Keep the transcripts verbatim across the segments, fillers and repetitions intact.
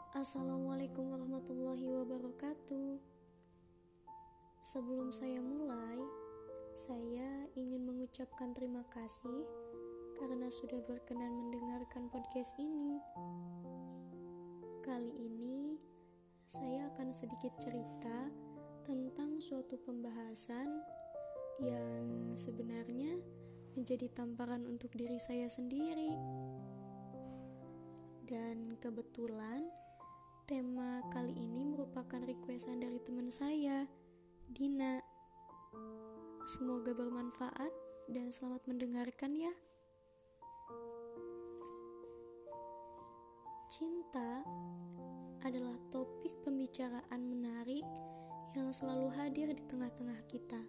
Assalamualaikum warahmatullahi wabarakatuh. Sebelum saya mulai, saya ingin mengucapkan terima kasih karena sudah berkenan mendengarkan podcast ini. Kali ini, saya akan sedikit cerita tentang suatu pembahasan yang sebenarnya menjadi tamparan untuk diri saya sendiri. Dan kebetulan tema kali ini merupakan requestan dari teman saya, Dina. Semoga bermanfaat dan selamat mendengarkan ya. Cinta adalah topik pembicaraan menarik yang selalu hadir di tengah-tengah kita.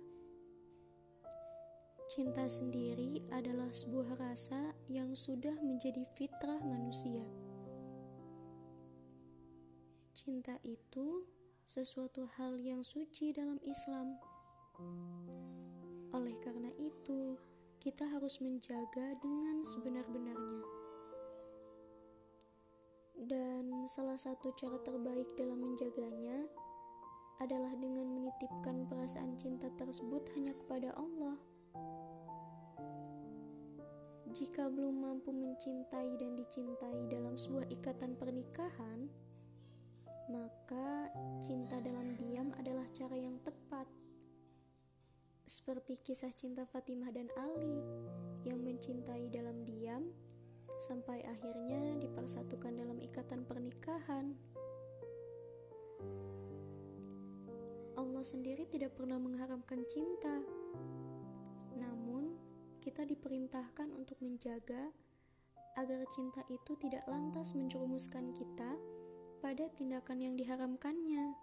Cinta sendiri adalah sebuah rasa yang sudah menjadi fitrah manusia. Cinta itu sesuatu hal yang suci dalam Islam. Oleh karena itu, kita harus menjaga dengan sebenar-benarnya. Dan salah satu cara terbaik dalam menjaganya adalah dengan menitipkan perasaan cinta tersebut hanya kepada Allah. Jika belum mampu mencintai dan dicintai dalam sebuah ikatan pernikahan, maka cinta dalam diam adalah cara yang tepat. Seperti kisah cinta Fatimah dan Ali yang mencintai dalam diam sampai akhirnya dipersatukan dalam ikatan pernikahan. Allah sendiri tidak pernah mengharamkan cinta. Namun, kita diperintahkan untuk menjaga agar cinta itu tidak lantas menjerumuskan kita pada tindakan yang diharamkannya.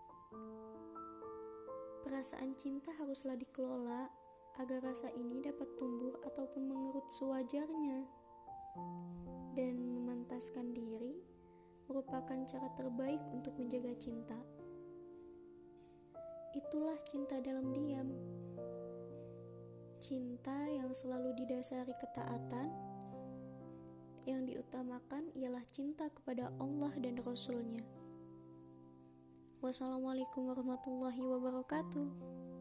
Perasaan cinta haruslah dikelola agar rasa ini dapat tumbuh ataupun mengerut sewajarnya. Dan memantaskan diri merupakan cara terbaik untuk menjaga cinta. Itulah cinta dalam diam. Cinta yang selalu didasari ketaatan. Yang diutamakan ialah cinta kepada Allah dan Rasul-Nya. Wassalamualaikum warahmatullahi wabarakatuh.